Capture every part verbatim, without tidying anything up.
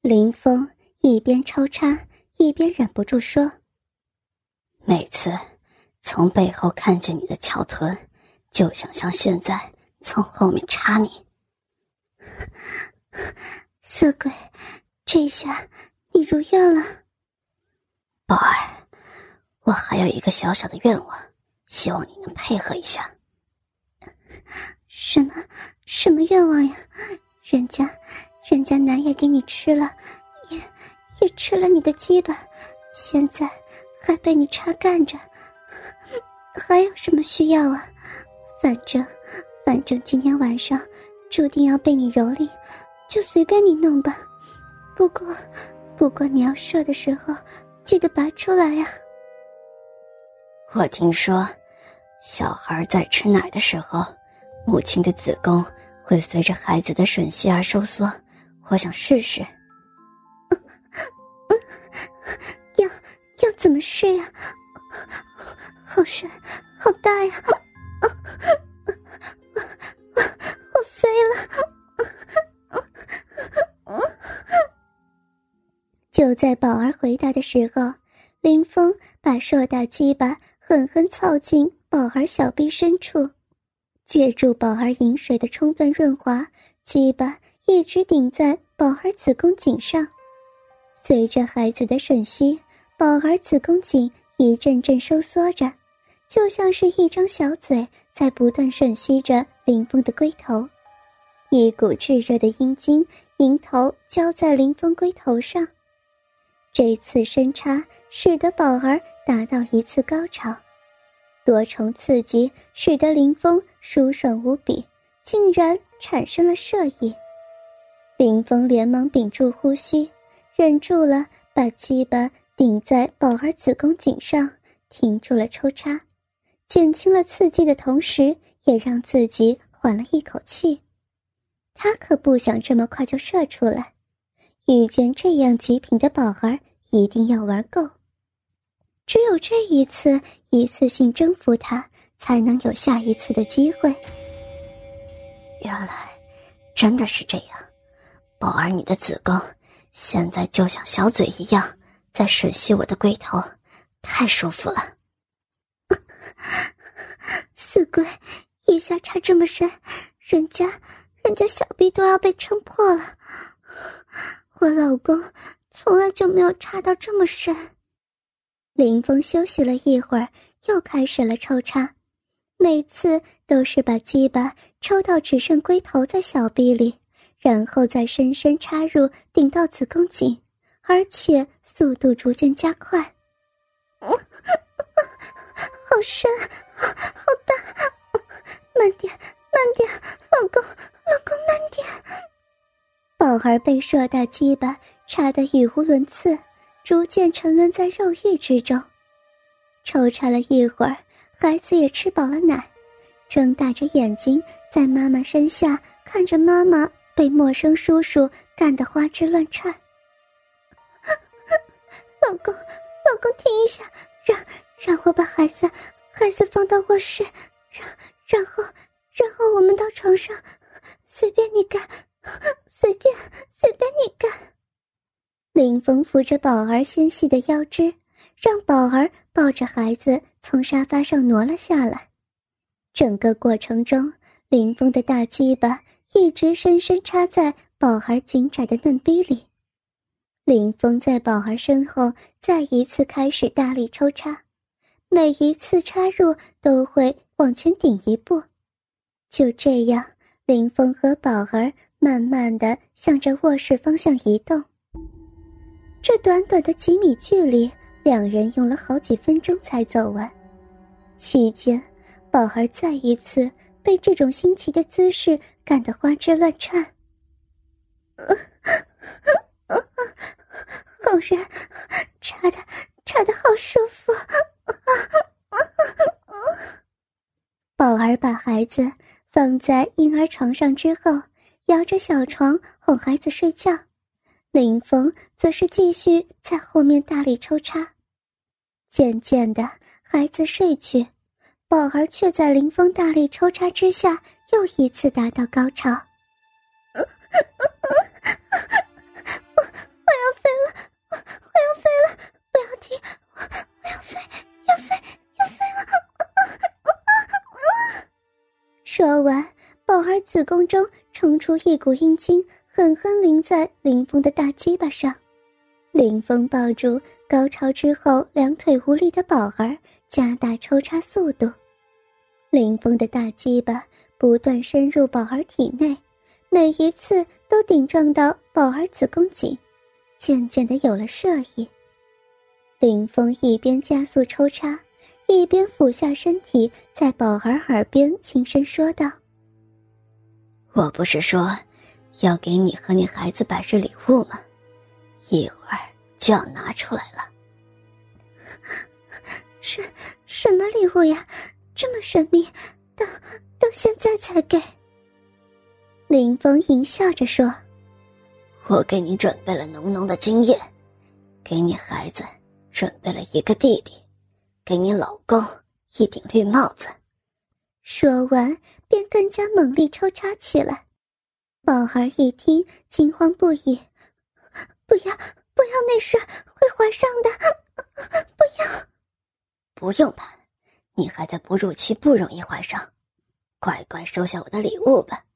林峰一边抽插一边忍不住说： 每次从背后看见你的翘臀，就想像现在从后面插你。 色鬼，这下你如愿了。 宝儿，我还有一个小小的愿望，希望你能配合一下。 什么什么愿望呀？人家人家男也给你吃了，也也吃了你的鸡巴，现在还被你插干着，还有什么需要啊？反正反正今天晚上注定要被你蹂躏，就随便你弄吧。不过不过你要射的时候记得拔出来呀。 我听说小孩在吃奶的时候，母亲的子宫会随着孩子的吮吸而收缩，我想试试。 嗯嗯、要要怎么试呀？好深好大呀！我我我我飞了！就在宝儿回答的时候，林峰把硕大鸡巴狠狠操进宝儿小臂深处，借助宝儿饮水的充分润滑，鸡巴一直顶在宝儿子宫颈上。随着孩子的吮吸，宝儿子宫颈一阵阵收缩着，就像是一张小嘴在不断吮吸着林峰的龟头。一股炙热的阴茎迎头浇在林峰龟头上，这次深插使得宝儿达到一次高潮，多重刺激使得林峰舒爽无比，竟然产生了射意。林峰连忙屏住呼吸，忍住了把鸡巴顶在宝儿子宫颈上，停住了抽插，减轻了刺激的同时也让自己缓了一口气。他可不想这么快就射出来，遇见这样极品的宝儿一定要玩够，只有这一次一次性征服他，才能有下一次的机会。 原来真的是这样，宝儿你的子宫现在就像小嘴一样在吮吸我的龟头，太舒服了。 死鬼，一下插这么深，人家人家小臂都要被撑破了，我老公从来就没有插到这么深。林峰休息了一会儿，又开始了抽插，每次都是把鸡巴抽到只剩龟头在小臂里，然后再深深插入顶到子宫颈，而且速度逐渐加快。嗯、好深好大，慢点慢点，老公老公慢点。宝儿被硕大鸡巴插得语无伦次，逐渐沉沦在肉欲之中。抽插了一会儿，孩子也吃饱了奶，睁大着眼睛在妈妈身下看着妈妈被陌生叔叔干得花枝乱颤。老公老公停一下，让让我把孩子孩子放到卧室，然然后然后我们到床上，随便你干，随便随便你干。林峰扶着宝儿纤细的腰肢，让宝儿抱着孩子从沙发上挪了下来。整个过程中，林峰的大鸡巴一直深深插在宝儿紧窄的嫩逼里。林峰在宝儿身后再一次开始大力抽插，每一次插入都会往前顶一步。就这样，林峰和宝儿慢慢地向着卧室方向移动。这短短的几米距离，两人用了好几分钟才走完。期间，宝儿再一次被这种新奇的姿势干得花枝乱颤。呃呃呃、好热，插得插得好舒服。宝儿把孩子放在婴儿床上之后，摇着小床哄孩子睡觉。林峰则是继续在后面大力抽插。渐渐的，孩子睡去，宝儿却在林峰大力抽插之下又一次达到高潮。我子宫中冲出一股阴茎，狠狠淋在林峰的大鸡巴上。林峰抱住高潮之后两腿无力的宝儿，加大抽插速度。林峰的大鸡巴不断深入宝儿体内，每一次都顶撞到宝儿子宫颈，渐渐地有了射意。林峰一边加速抽插，一边俯下身体，在宝儿耳边轻声说道： 我不是说要给你和你孩子百日礼物吗？一会儿就要拿出来了。 什什么礼物呀？这么神秘，到到现在才给。林峰淫笑着说： 我给你准备了浓浓的精液，给你孩子准备了一个弟弟，给你老公一顶绿帽子。 说完便更加猛力抽插起来。宝儿一听惊慌不已，不要不要内射，会怀上的，不要。 不用怕，你还在哺乳期，不容易怀上，乖乖收下我的礼物吧。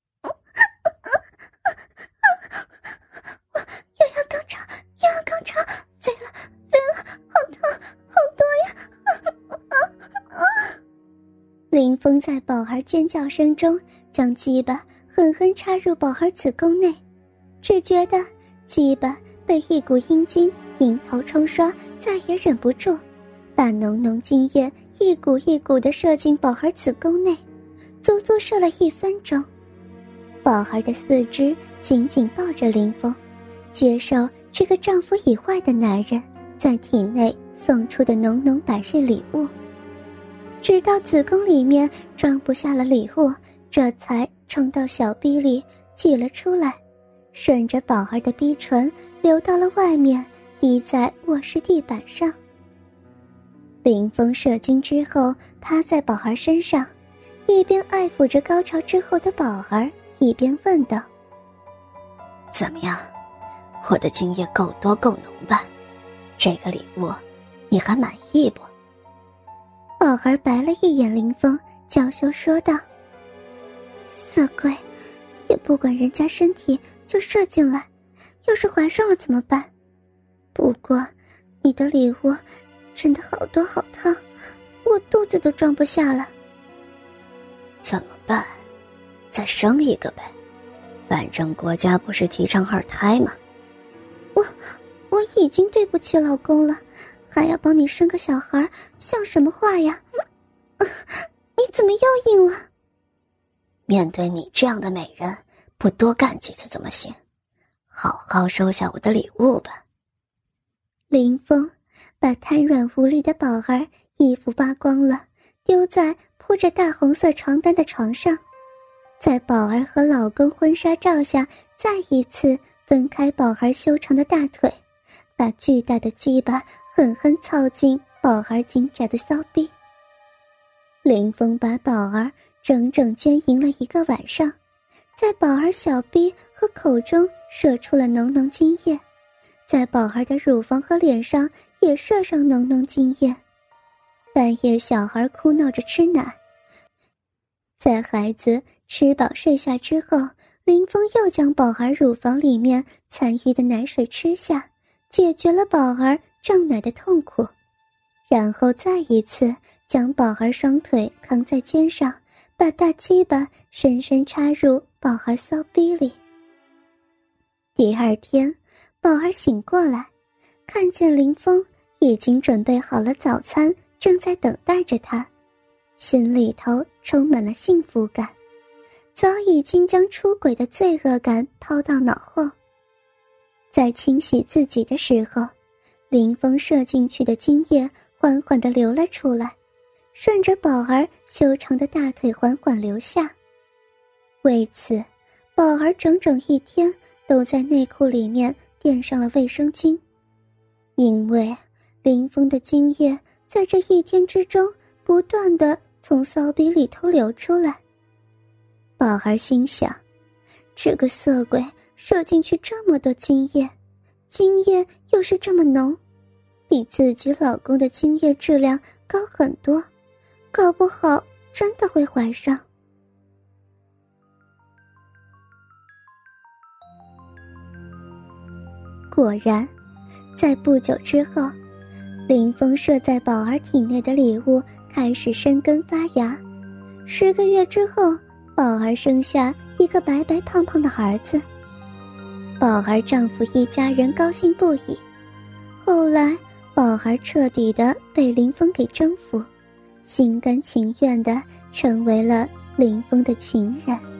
我又要高潮，又要高潮，飞了飞了，好痛好多呀。林峰在宝儿尖叫声中将鸡巴狠狠插入宝儿子宫内，只觉得鸡巴被一股阴茎迎头冲刷，再也忍不住，把浓浓精液一股一股地射进宝儿子宫内，足足射了一分钟。宝儿的四肢紧紧抱着林峰，接受这个丈夫以外的男人在体内送出的浓浓百日礼物，直到子宫里面装不下了礼物，这才冲到小逼里挤了出来，顺着宝儿的逼唇流到了外面，滴在卧室地板上。林峰射精之后趴在宝儿身上，一边爱抚着高潮之后的宝儿，一边问道： 怎么样，我的精液够多够浓吧？这个礼物你还满意不？ 宝儿白了一眼林峰，娇羞说道：色鬼，也不管人家身体就射进来，要是怀上了怎么办？不过你的礼物真的好多好烫，我肚子都装不下了。 怎么办？再生一个呗，反正国家不是提倡二胎吗？ 我我已经对不起老公了，还要帮你生个小孩，像什么话呀？你怎么又硬了？ 面对你这样的美人，不多干几次怎么行？好好收下我的礼物吧。 林峰把瘫软无力的宝儿衣服扒光了，丢在铺着大红色床单的床上，在宝儿和老公婚纱照下，再一次分开宝儿修长的大腿，把巨大的鸡巴狠狠操进宝儿紧窄的骚逼。林峰把宝儿整整奸淫了一个晚上，在宝儿小逼和口中射出了浓浓精液，在宝儿的乳房和脸上也射上浓浓精液。半夜小孩哭闹着吃奶，在孩子吃饱睡下之后，林峰又将宝儿乳房里面残余的奶水吃下，解决了宝儿胀奶的痛苦，然后再一次将宝儿双腿扛在肩上，把大鸡巴深深插入宝儿骚逼里。第二天，宝儿醒过来，看见林峰已经准备好了早餐，正在等待着他，心里头充满了幸福感，早已经将出轨的罪恶感抛到脑后。在清洗自己的时候，林峰射进去的精液缓缓地流了出来，顺着宝儿修长的大腿缓缓流下。为此，宝儿整整一天都在内裤里面垫上了卫生巾，因为林峰的精液在这一天之中不断地从骚逼里头流出来。宝儿心想，这个色鬼射进去这么多精液，精液又是这么浓，比自己老公的精液质量高很多，搞不好真的会怀上。 果然，在不久之后，林峰射在宝儿体内的礼物开始生根发芽。十个月之后，宝儿生下一个白白胖胖的儿子。宝儿丈夫一家人高兴不已。后来，宝儿彻底的被林峰给征服，心甘情愿的成为了林峰的情人。